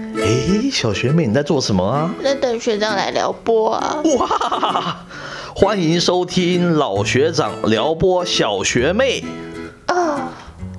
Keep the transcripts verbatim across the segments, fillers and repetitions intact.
诶，小学妹你在做什么啊？ 在等学长来撩拨啊！ 哇，欢迎收听老学长撩拨小学妹啊！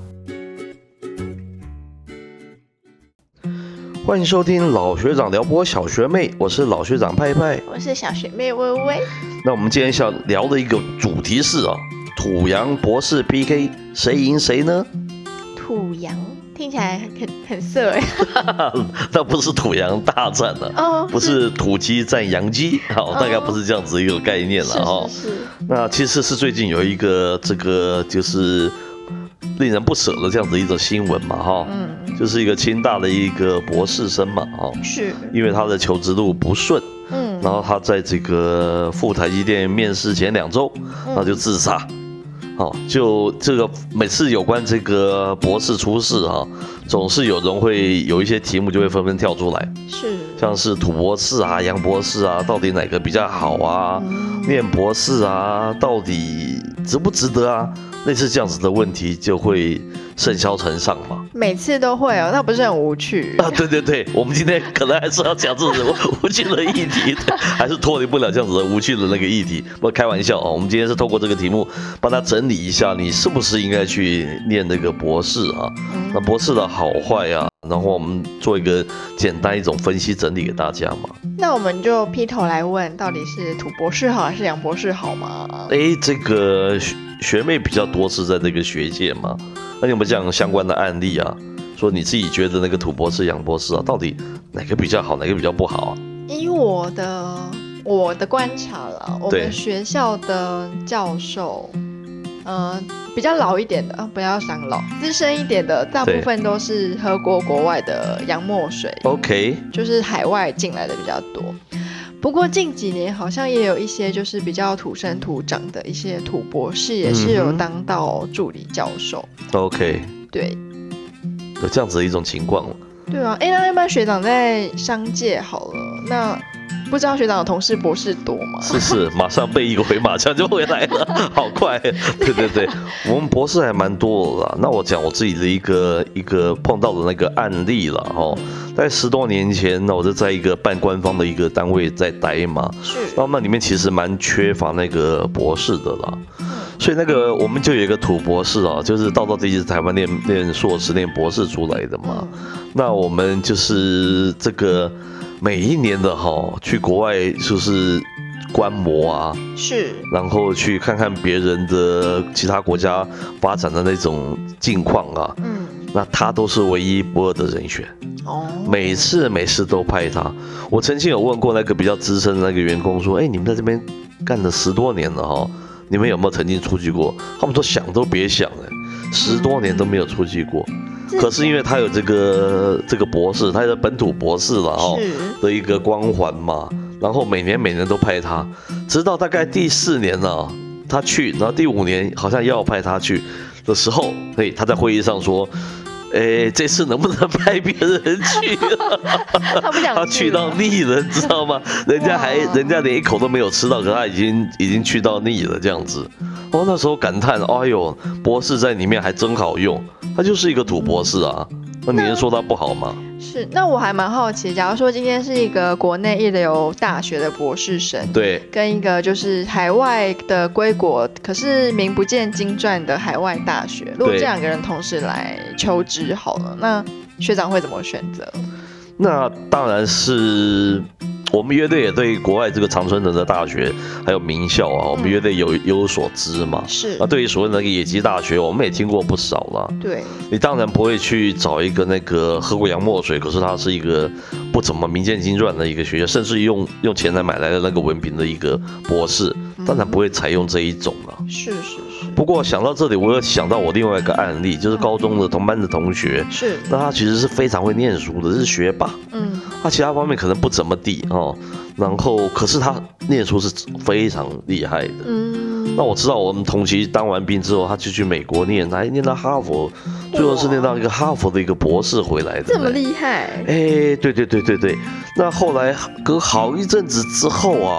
欢迎收听老学长撩拨小学妹，我是老学长派派， 我是小学妹微微。 那我们今天想聊的一个主题是啊，土洋博士 P K 谁赢谁呢？ 土洋听起来很很色哎， 那不是土洋大战了、啊哦，不是土鸡战洋鸡，好、哦，大概不是这样子一个概念了哈、哦。 是是是。 那其实是最近有一个这个就是令人不舍的这样子一种新闻嘛哈，嗯，就是一个清大的一个博士生嘛哈， 是， 因为他的求职路不顺，嗯，然后他在这个赴台积电面试前两周，然后就自杀。哦，就这个每次有关这个博士出事哈、啊，总是有人会有一些题目就会纷纷跳出来， 是， 像是土博士啊、洋博士啊，到底哪个比较好啊？嗯、念博士啊，到底值不值得啊？类似这样子的问题就会甚嚣尘上嘛。 每次都会哦，那不是很无趣啊？对对对，我们今天可能还是要讲这种无趣的议题，还是脱离不了这样子的无趣的那个议题。不过开玩笑哦，我们今天是透过这个题目帮他整理一下，你是不是应该去念那个博士啊？嗯、那博士的好坏啊，然后我们做一个简单一种分析整理给大家嘛。 那我们就劈头来问，到底是土博士好还是洋博士好吗？ 哎，这个学妹比较多是在这个学界嘛，那你有没有这样相关的案例啊？说你自己觉得那个土博士、洋博士啊，到底哪个比较好，哪个比较不好啊？ 以我的我的观察啦，我们学校的教授，呃，比较老一点的，不要想老，资深一点的，大部分都是喝过国外的洋墨水 ，OK， 就是海外进来的比较多。不过近几年好像也有一些就是比较土生土长的一些土博士，也是有当到助理教授。 嗯、OK， 对， 有这样子的一种情况。 对啊，哎，那要不然学长在商界好了，那不知道学长的同事博士多吗？ 是是，马上背一个回马枪就回来了，好快。对对对，我们博士还蛮多的啦。那我讲我自己的一个一个碰到的那个案例了哈。在十多年前，那我就在一个半官方的一个单位在待嘛， 是， 然后那里面其实蛮缺乏那个博士的啦，所以那个我们就有一个土博士啊，就是到到这些台湾念念硕士、念博士出来的嘛。那我们就是这个每一年的哈，去国外就是观摩啊， 是， 然后去看看别人的其他国家发展的那种境况啊，嗯，那他都是唯一不二的人选。哦，每次每次都派他。我曾经有问过那个比较资深的那个员工说，哎，你们在这边干了十多年了哈，你们有没有曾经出去过？他们说想都别想哎，十多年都没有出去过。嗯、可是因为他有这个这个博士，他的本土博士了哈的一个光环嘛，然后每年每年都派他，直到大概第四年呢、啊，他去，然后第五年好像要派他去的时候，嘿，他在会议上说。哎，这次能不能派别人去、啊？ 他不想去， 他去到腻了，你知道吗？人家还人家连一口都没有吃到，可他已经已经去到腻了这样子。哦，那时候感叹，哎呦，博士在里面还真好用，他就是一个土博士啊。那你能说他不好吗？ 是，那我还蛮好奇，假如说今天是一个国内一流大学的博士生， 对， 跟一个就是海外的归国可是名不见经传的海外大学，如果这两个人同时来求职好了，那学长会怎么选择？ 那当然是。我们乐队也对国外这个常春藤的大学还有名校啊，我们乐队有有所知嘛。 是。 那对于所谓的那个野鸡大学，我们也听过不少啦。 对。 你当然不会去找一个那个喝过洋墨水，可是它是一个不怎么名见经传的一个学校，甚至用用钱来买来的那个文凭的一个博士，当然不会采用这一种了。 是是是。 不过想到这里，我有想到我另外一个案例，就是高中的同班的同学。 是。 那他其实是非常会念书的，是学霸。嗯。他其他方面可能不怎么地哦，然后可是他念书是非常厉害的。嗯，那我知道我们同期当完兵之后，他就去美国念，还念到哈佛，最后是念到一个哈佛的一个博士回来的。 这么厉害？ 哎，对对对对对。那后来隔好一阵子之后啊，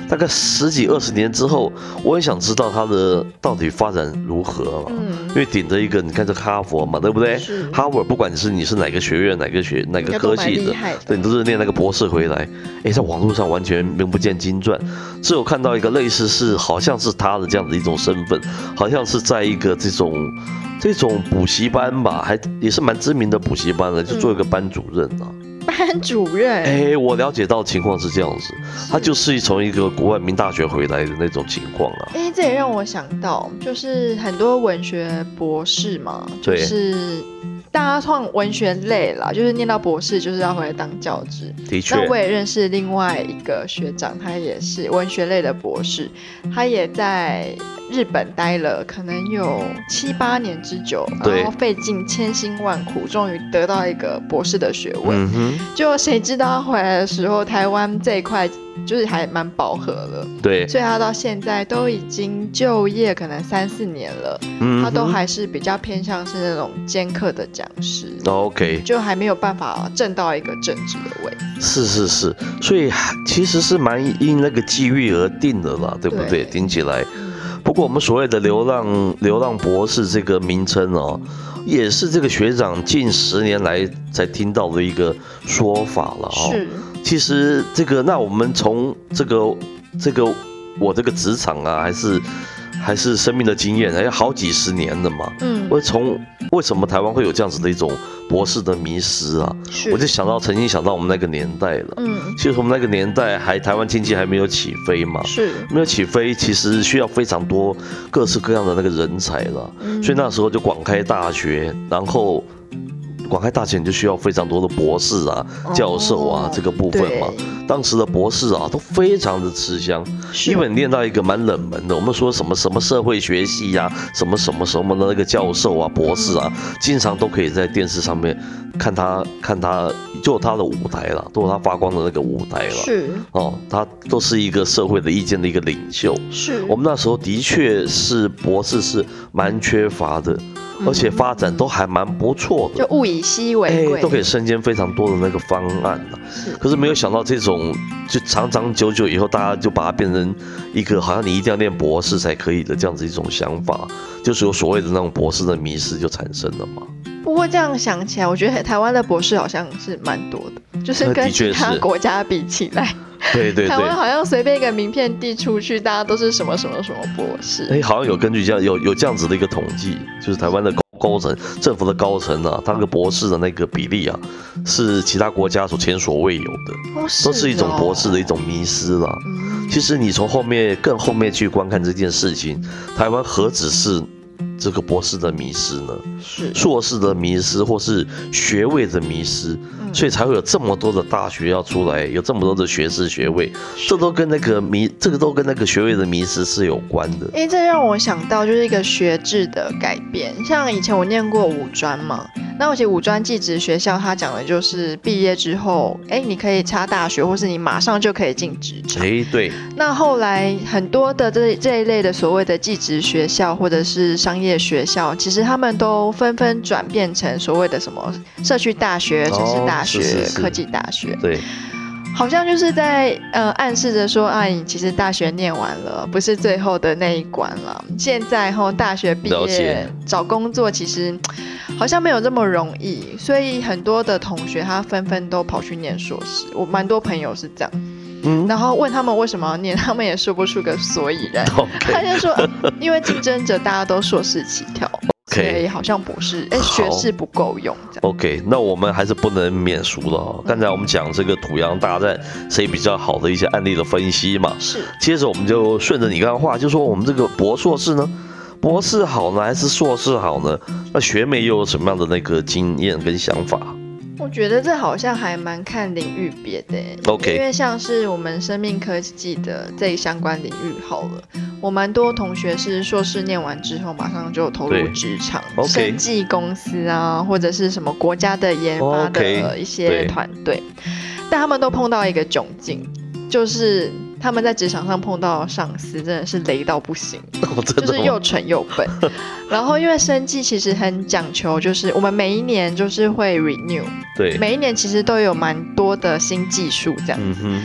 大概十几二十年之后，我很想知道它的到底发展如何嘛。嗯，因为顶着一个你看这哈佛嘛，对不对？哈佛不管是你是哪个学院、哪个学、哪个科系的，对，你都是念那个博士回来。哎，在网络上完全名不见经传，只有看到一个类似是好像是他的这样的一种身份，好像是在一个这种。这种补习班吧，还也是蛮知名的补习班的，就做一个班主任啊。 班主任， 哎，我了解到情况是这样子，他就是从一个国外名大学回来的那种情况啊。 哎，这也让我想到，就是很多文学博士嘛，就是大家创文学类啦，就是念到博士就是要回来当教职。 的确， 那我也认识另外一个学长，他也是文学类的博士，他也在日本待了可能有七八年之久，然后费尽千辛万苦，终于得到一个博士的学位。嗯哼，就谁知道他回来的时候，台湾这一块就是还蛮饱和了。 对， 所以他到现在都已经就业可能三四年了，嗯，他都还是比较偏向是那种兼课的讲师。 OK， 就还没有办法挣到一个正职的位置。 是是是，所以其实是蛮因那个机遇而定的啦，对不对？对，听起来。不过我们所谓的流浪流浪博士这个名称哦，也是这个学长近十年来才听到的一个说法了哦。是，其实这个那我们从这个这个我这个职场啊，还是还是生命的经验，还有好几十年了嘛。嗯，我从为什么台湾会有这样子的一种博士的迷失啊？我就想到曾经想到我们那个年代了。嗯，其实我们那个年代还台湾经济还没有起飞嘛，是没有起飞，其实需要非常多各式各样的那个人才了。嗯，所以那时候就广开大学，然后广开大学你就需要非常多的博士啊、教授啊、哦、这个部分嘛。当时的博士啊都非常的吃香，因为你念到一个蛮冷门的，我们说什么什么社会学系啊，什么什么什么的那个教授啊、博士啊，经常都可以在电视上面看他看他，就有他的舞台了，都有他发光的那个舞台了。是哦，他都是一个社会的意见的一个领袖。是我们那时候的确是博士是蛮缺乏的。而且发展都还蛮不错的， 就物以稀为贵， 欸，都可以身兼非常多的那个方案啊。是，可是没有想到这种就长长久久以后，大家就把它变成一个好像你一定要念博士才可以的这样子一种想法，就是有所谓的那种博士的迷思就产生了嘛。 不过这样想起来，我觉得台湾的博士好像是蛮多的，就是跟其他国家比起来。 对对对， 台湾好像随便一个名片递出去，大家都是什么什么什么博士。 哎，好像有根据这样有有这样子的一个统计，就是台湾的高高层政府的高层啊，他那个博士的那个比例啊，是其他国家所前所未有的，哦，都是一种博士的一种迷思啦。嗯，其实你从后面更后面去观看这件事情，台湾何止是这个博士的迷失呢？是硕士的迷失，或是学位的迷失，嗯，所以才会有这么多的大学要出来，有这么多的学士学位，这都跟那个迷，这个都跟那个学位的迷失是有关的。 哎，这让我想到就是一个学制的改变，像以前我念过五专嘛，那而且五专技职学校，它讲的就是毕业之后，哎，你可以插大学，或是你马上就可以进职场。 哎，对。那后来很多的这这一类的所谓的技职学校或者是商业学校，其实他们都纷纷转变成所谓的什么社区大学、城市大学、哦、是是是科技大学。 对。 好像就是在呃暗示着说，啊，你其实大学念完了，不是最后的那一关了。现在后大学毕业找工作，其实好像没有这么容易，所以很多的同学他纷纷都跑去念硕士。我蛮多朋友是这样，嗯，然后问他们为什么要念，他们也说不出个所以然。Okay. 他就说，呃，因为竞争者大家都硕士起跳。所以好像博士，哎，学士不够用这样。 OK， 那我们还是不能免俗了哦。刚才我们讲这个土洋大战谁比较好的一些案例的分析嘛，是。接着我们就顺着你刚刚话，就说我们这个博硕士呢，博士好呢，还是硕士好呢？那学妹又有什么样的那个经验跟想法？ 我觉得这好像还蛮看领域别的 ，OK， 因为像是我们生命科技的这一相关领域好了，我蛮多同学是硕士念完之后马上就投入职场，生技公司啊，或者是什么国家的研发的一些团队， okay, 但他们都碰到一个窘境，就是他们在职场上碰到上司真的是雷到不行， 哦， 就是又蠢又笨。然后因为生技其实很讲求，就是我们每一年就是会 renew， 对，每一年其实都有蛮多的新技术这样子。嗯哼，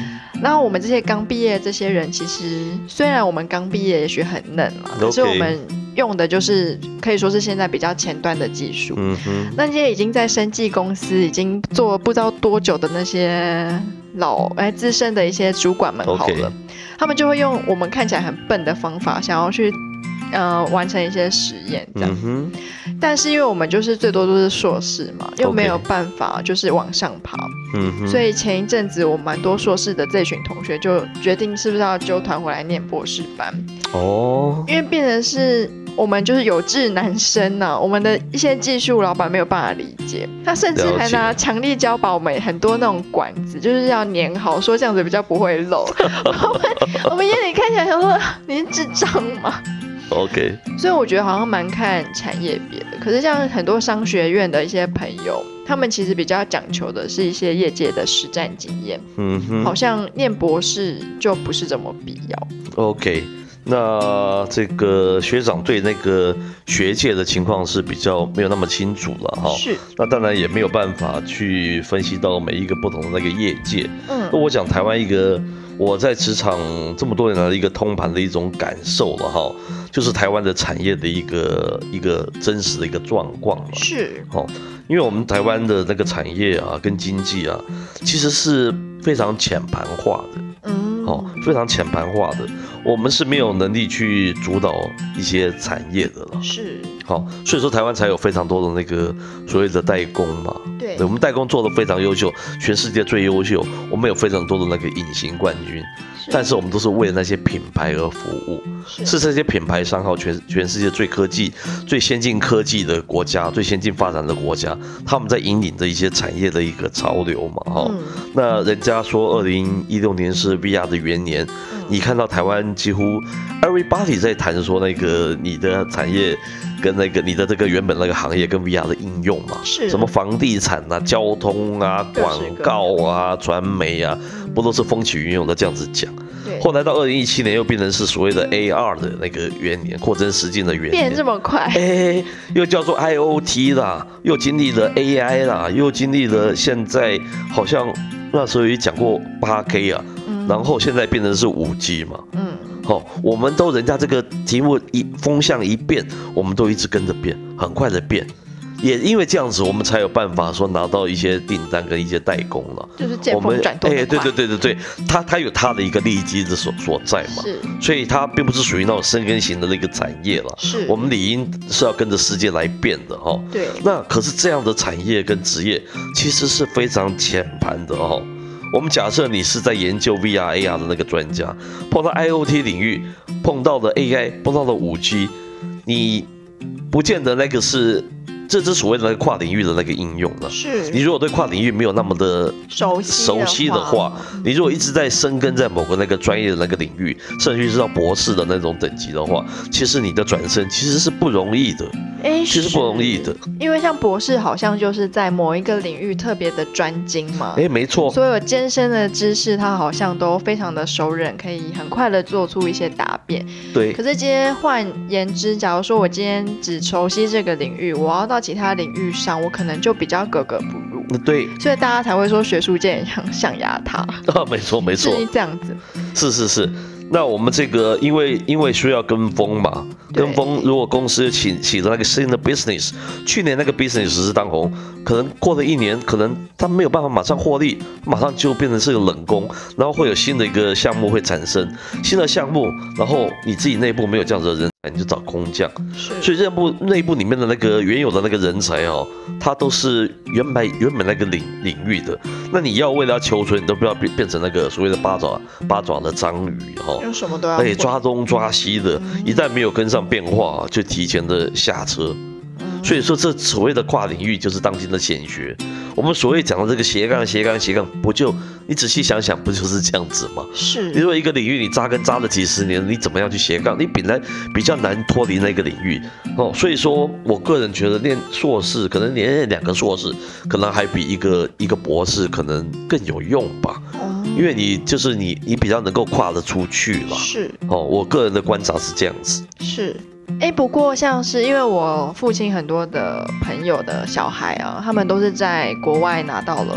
然后我们这些刚毕业的这些人，其实虽然我们刚毕业也许很嫩了，可是我们用的就是可以说是现在比较前端的技术。嗯哼，那些已经在生技公司已经做不知道多久的那些老哎资深的一些主管们好了， okay. 他们就会用我们看起来很笨的方法，想要去呃完成一些实验这样。嗯哼，但是因为我们就是最多都是硕士嘛，又没有办法就是往上爬。嗯哼，所以前一阵子我蛮多硕士的这群同学就决定是不是要揪团回来念博士班。哦，因为变成是我们就是有志难伸啊，我们的一些技术老板没有办法理解，他甚至还拿强力胶把我们很多那种管子就是要粘好，说这样子比较不会漏。我们我们眼里看起来想说你是智障吗 ？OK， 所以我觉得好像蛮看产业别的。可是像很多商学院的一些朋友，他们其实比较讲求的是一些业界的实战经验。嗯哼，好像念博士就不是这么必要。 OK， 那这个学长对那个学界的情况是比较没有那么清楚了哈。 是。 那当然也没有办法去分析到每一个不同的那个业界。嗯。那我讲台湾一个我在职场这么多年来的一个通盘的一种感受了哈。就是台湾的产业的一个一个真实的一个状况嘛， 是哦，因为我们台湾的那个产业啊，跟经济啊，其实是非常浅盘化的，嗯，哦，非常浅盘化的，我们是没有能力去主导一些产业的了， 是， 好、哦，所以说台湾才有非常多的那个所谓的代工嘛， 对， 我们代工做得非常优秀，全世界最优秀，我们有非常多的那个隐形冠军。但是我们都是为了那些品牌而服务，是, 是这些品牌商号全全世界最科技、最先进科技的国家、最先进发展的国家，他们在引领着一些产业的一个潮流嘛，哈、嗯。那人家说二零一六年是 V R 的元年，嗯、你看到台湾几乎 everybody 在谈说那个你的产业跟那个你的这个原本那个行业跟 V R 的应用嘛， 是什么房地产啊、交通啊、广告啊、传媒啊，不都是风起云涌的这样子讲。后来到二零一七年又变成是所谓的 A R 的那个元年，扩增实境的元年， 变这么快， 哎，又叫做 I O T 啦，又经历了 A I 啦，又经历了现在好像那时候也讲过 八 K 啊，嗯、然后现在变成是 五 G 嘛，嗯，好、哦，我们都人家这个题目一风向一变，我们都一直跟着变，很快的变。也因为这样子，我们才有办法说拿到一些订单跟一些代工了。 就是见风转舵的快。哎， 对对对对对，它它有它的一个利基的所所在嘛。 是。 所以它并不是属于那种深耕型的那个产业了。 是。 我们理应是要跟着世界来变的哈。 对。 那可是这样的产业跟职业其实是非常浅盘的哈。我们假设你是在研究 V R A R 的那个专家，碰到 I O T 领域，碰到了 A I， 碰到了 五 G， 你不见得那个是。这是所谓的那个跨领域的那个应用了。 是。 你如果对跨领域没有那么的熟悉熟悉的话，你如果一直在深耕在某个那个专业的那个领域，甚至是到博士的那种等级的话，其实你的转身其实是不容易的。哎，其实不容易的。 因为像博士好像就是在某一个领域特别的专精嘛。 哎，没错。 所有艰深的知识，他好像都非常的熟稔，可以很快的做出一些答辩。 对。 可是今天换言之，假如说我今天只熟悉这个领域，我要到其他领域上，我可能就比较格格不入。 对， 所以大家才会说学术界像象牙塔。 啊，没错没错， 是这样子。 是是是。那我们这个因为因为需要跟风嘛，跟风如果公司起起了那个新的 business， 去年那个 business 是当红，可能过了一年，可能他没有办法马上获利，马上就变成是个冷宫，然后会有新的一个项目会产生，新的项目，然后你自己内部没有这样子的人才，你就找空降，所以内部内部里面的那个原有的那个人才哦，他都是原本原本那个领领域的，那你要为了要求存，你都不要变变成那个所谓的八爪八爪的章鱼哈。 有什么都要哎，抓东抓西的，一旦没有跟上变化，就提前的下车。所以说，这所谓的跨领域就是当今的显学。我们所谓讲的这个斜杠、斜杠、斜杠，不就你仔细想想，不就是这样子吗？ 是。 你如果一个领域你扎根扎了几十年，你怎么样去斜杠？你本来比较难脱离那个领域哦。所以说我个人觉得，念硕士可能念两个硕士，可能还比一个一个博士可能更有用吧。因为你就是你，你比较能够跨得出去了。 是哦，我个人的观察是这样子。 是，哎，不过像是因为我父亲很多的朋友的小孩啊，他们都是在国外拿到了很不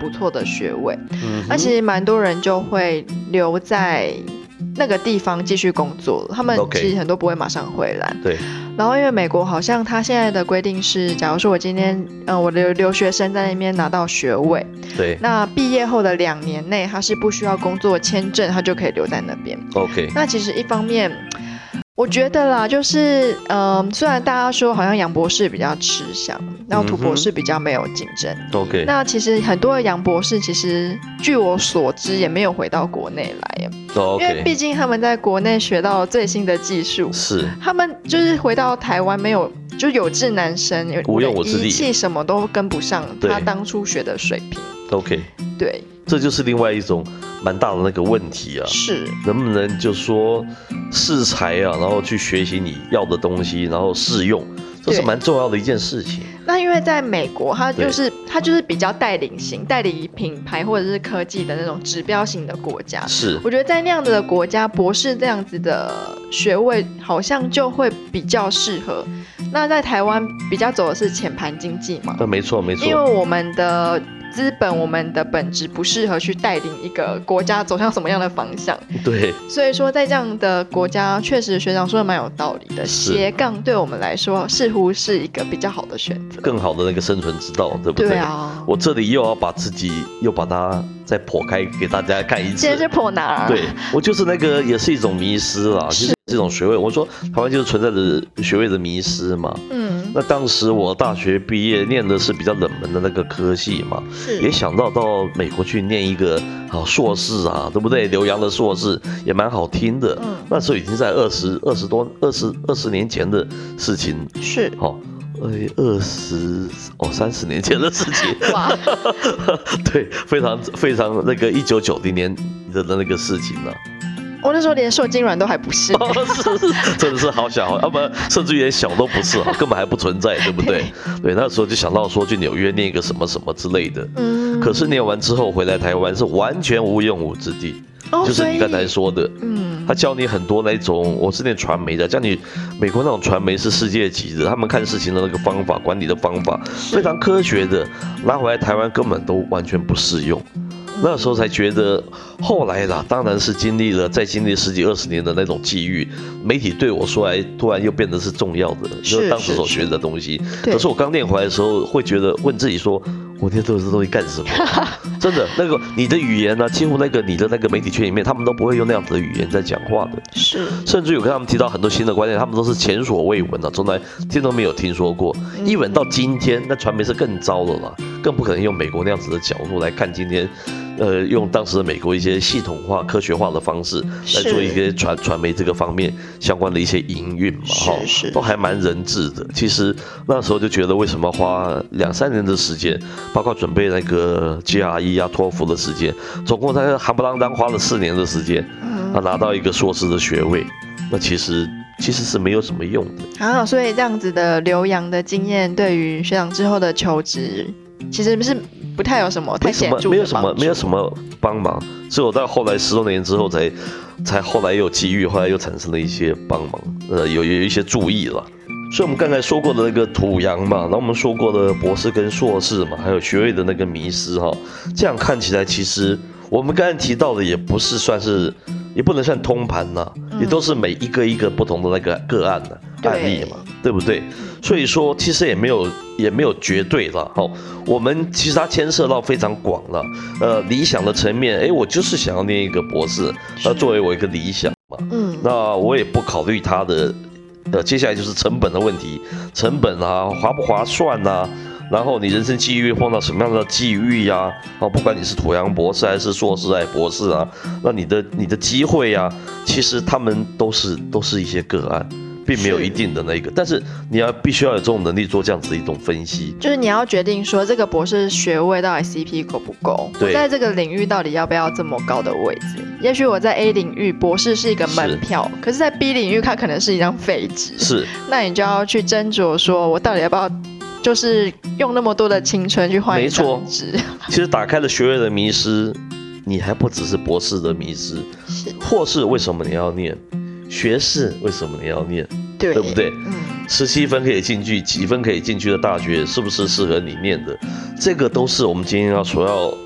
不错的学位。嗯，那其实蛮多人就会留在那个地方继续工作了，他们其实很多不会马上回来。 对。 然后因为美国好像他现在的规定是，假如说我今天呃我的留学生在那边拿到学位， 对， 那毕业后的两年内他是不需要工作签证，他就可以留在那边。 OK。 那其实一方面，我觉得啦，就是嗯、呃，虽然大家说好像杨博士比较吃香，然后涂博士比较没有竞争。 OK。 那其实很多的杨博士，其实据我所知也没有回到国内来耶。 Oh, okay. 因为毕竟他们在国内学到最新的技术， 是他们就是回到台湾没有，就有志难伸， 无用武之地， 仪器什么都跟不上他当初学的水平。 OK。 对， 这就是另外一种蛮大的那个问题啊， 是能不能就说适才啊，然后去学习你要的东西，然后适用，这是蛮重要的一件事情。 那因为在美国，它就是它就是比较带领型、带领品牌或者是科技的那种指标型的国家。 是， 我觉得在那样子的国家，博士这样子的学位好像就会比较适合。那在台湾比较走的是浅盘经济嘛？ 呃，没错没错， 因为我们的资本，我们的本质不适合去带领一个国家走向什么样的方向。 对， 所以说在这样的国家，确实学长说的蛮有道理的。斜杠对我们来说似乎是一个比较好的选择， 更好的那个生存之道，对不对？ 对啊。 我这里又要把自己又把它再剖开给大家看一次。 先是剖哪？ 对，我就是那个也是一种迷失啦，其实这种学位，我说台湾就是存在着学位的迷失嘛。嗯。那当时我大学毕业念的是比较冷门的那个科系嘛，也想到到美国去念一个啊硕士啊，对不对？留洋的硕士也蛮好听的。嗯。那时候已经在二十二十多二十二十年前的事情。 是。 好、哦。呃，二十哦，三十年前的事情，哇，对，非常非常那个一九九零年的那个事情呢、啊。 我那时候连受精卵都还不是， 哦、是是，真的是好小，要不然甚至于连小都不是，根本还不存在，对不对？对，那时候就想到说去纽约念一个什么什么之类的，嗯，可是念完之后回来台湾是完全无用武之地。哦、就是你刚才说的，嗯，他教你很多那种，我是念传媒的，教你美国那种传媒是世界级的，他们看事情的那个方法、管理的方法非常科学的，拿回来台湾根本都完全不适用。那时候才觉得，后来啦，当然是经历了再经历十几二十年的那种际遇，媒体对我说来，突然又变得是重要的，就是当时所学的东西。可是我刚念回来的时候，会觉得问自己说，我念这些东西干什么？真的，那个你的语言呢、啊，几乎那个你的那个媒体圈里面，他们都不会用那样子的语言在讲话的。 是， 甚至有跟他们提到很多新的观念，他们都是前所未闻的，从来听都没有听说过。一文到今天，那传媒是更糟的啦，更不可能用美国那样子的角度来看今天。呃，用当时的美国一些系统化、科学化的方式来做一些传传媒这个方面相关的一些营运嘛，哈，都还蛮人治的。其实那时候就觉得，为什么花两三年的时间，包括准备那个 G R E 啊、托福的时间，总共才夯不啷当花了四年的时间，啊，拿到一个硕士的学位，那其实其实是没有什么用的。 啊，所以这样子的留洋的经验，对于学长之后的求职，其实是不太有什么太显著的帮助， 没有什么没有什么帮忙，只有到后来十多年之后才才后来有机遇，后来又产生了一些帮忙，呃，有有一些注意了。所以我们刚才说过的那个土洋嘛，然后我们说过的博士跟硕士嘛，还有学位的那个迷失哈，这样看起来其实我们刚才提到的也不是算是，也不能算通盘呐、嗯，也都是每一个一个不同的那个个案的案例嘛，对不对？所以说其实也没有也没有绝对了哈，我们其实它牵涉到非常广了，呃，理想的层面，哎，我就是想要念一个博士，那作为我一个理想嘛，嗯，那我也不考虑它的，呃，接下来就是成本的问题，成本啊，划不划算啊？然后你人生际遇碰到什么样的际遇呀、啊？哦，不管你是土洋博士还是硕士还是博士啊，那你的你的机会呀、啊，其实他们都是都是一些个案。并没有一定的那个，但是你要必须要有这种能力做这样子的一种分析， 就是你要决定说这个博士学位到底 C P 够不够，我在这个领域到底要不要这么高的位置？也许我在 A 领域博士是一个门票，可是在 B 领域它可能是一张废纸， 是， 那你就要去斟酌说我到底要不要就是用那么多的青春去换一张纸。 其实打开了学位的迷失，你还不只是博士的迷失，是，或是为什么你要念？学士为什么你要念？对，对不对？嗯，十七分可以进去，几分可以进去的大学，是不是适合你念的？这个都是我们今天要所要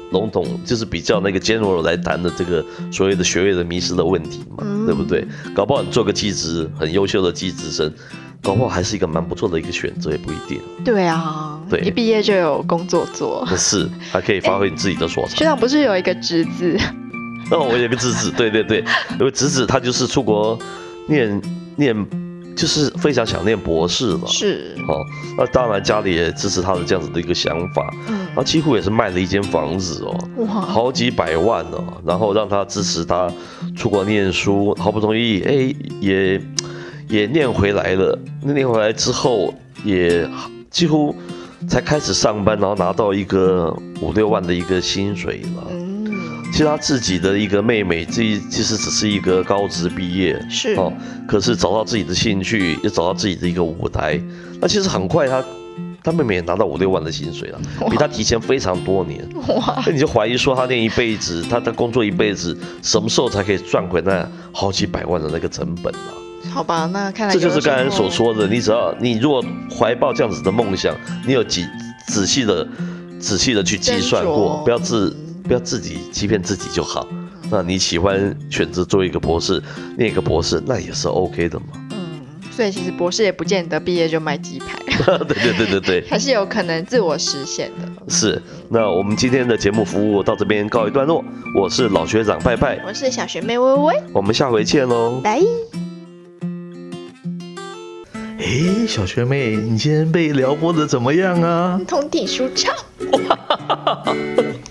笼统，就是比较那个 general 来谈的这个所谓的学位的迷失的问题嘛，嗯、对不对？搞不好你做个技职，很优秀的技职生，搞不好还是一个蛮不错的一个选择，也不一定。 对啊，对，一毕业就有工作做， 是，还可以发挥自己的所长。 学长不是有一个侄子？ 那、哦、我有一个侄子，对对对，有个侄子，他就是出国念念。就是非常想念博士了， 是哦，那当然家里也支持他的这样子的一个想法，嗯，他几乎也是卖了一间房子哦，哇，好几百万哦，然后让他支持他出国念书，好不容易哎也也念回来了，念回来之后也几乎才开始上班，然后拿到一个五六万的一个薪水了。嗯其实他自己的一个妹妹，这其实只是一个高职毕业， 是哦， 可是找到自己的兴趣，也找到自己的一个舞台。那其实很快他，他妹妹也拿到五六万的薪水了，比他提前非常多年。哇！那你就怀疑说他念一辈子，他的工作一辈子，什么时候才可以赚回那好几百万的那个成本啊？ 好吧，那看来这就是刚才所说的，你只要你如果怀抱这样子的梦想，你有仔仔细的仔细的去计算过，不要自。不要自己欺骗自己就好。那你喜欢选择做一个博士，念一个博士，那也是 OK 的嘛。 嗯，所以其实博士也不见得毕业就卖鸡排。 对对对对对， 还是有可能自我实现的。 是。那我们今天的节目服务到这边告一段落。我是老学长派派， 我是小学妹微微， 我们下回见喽， 拜。 哎，小学妹，你今天被撩拨的怎么样啊？ 通体舒畅。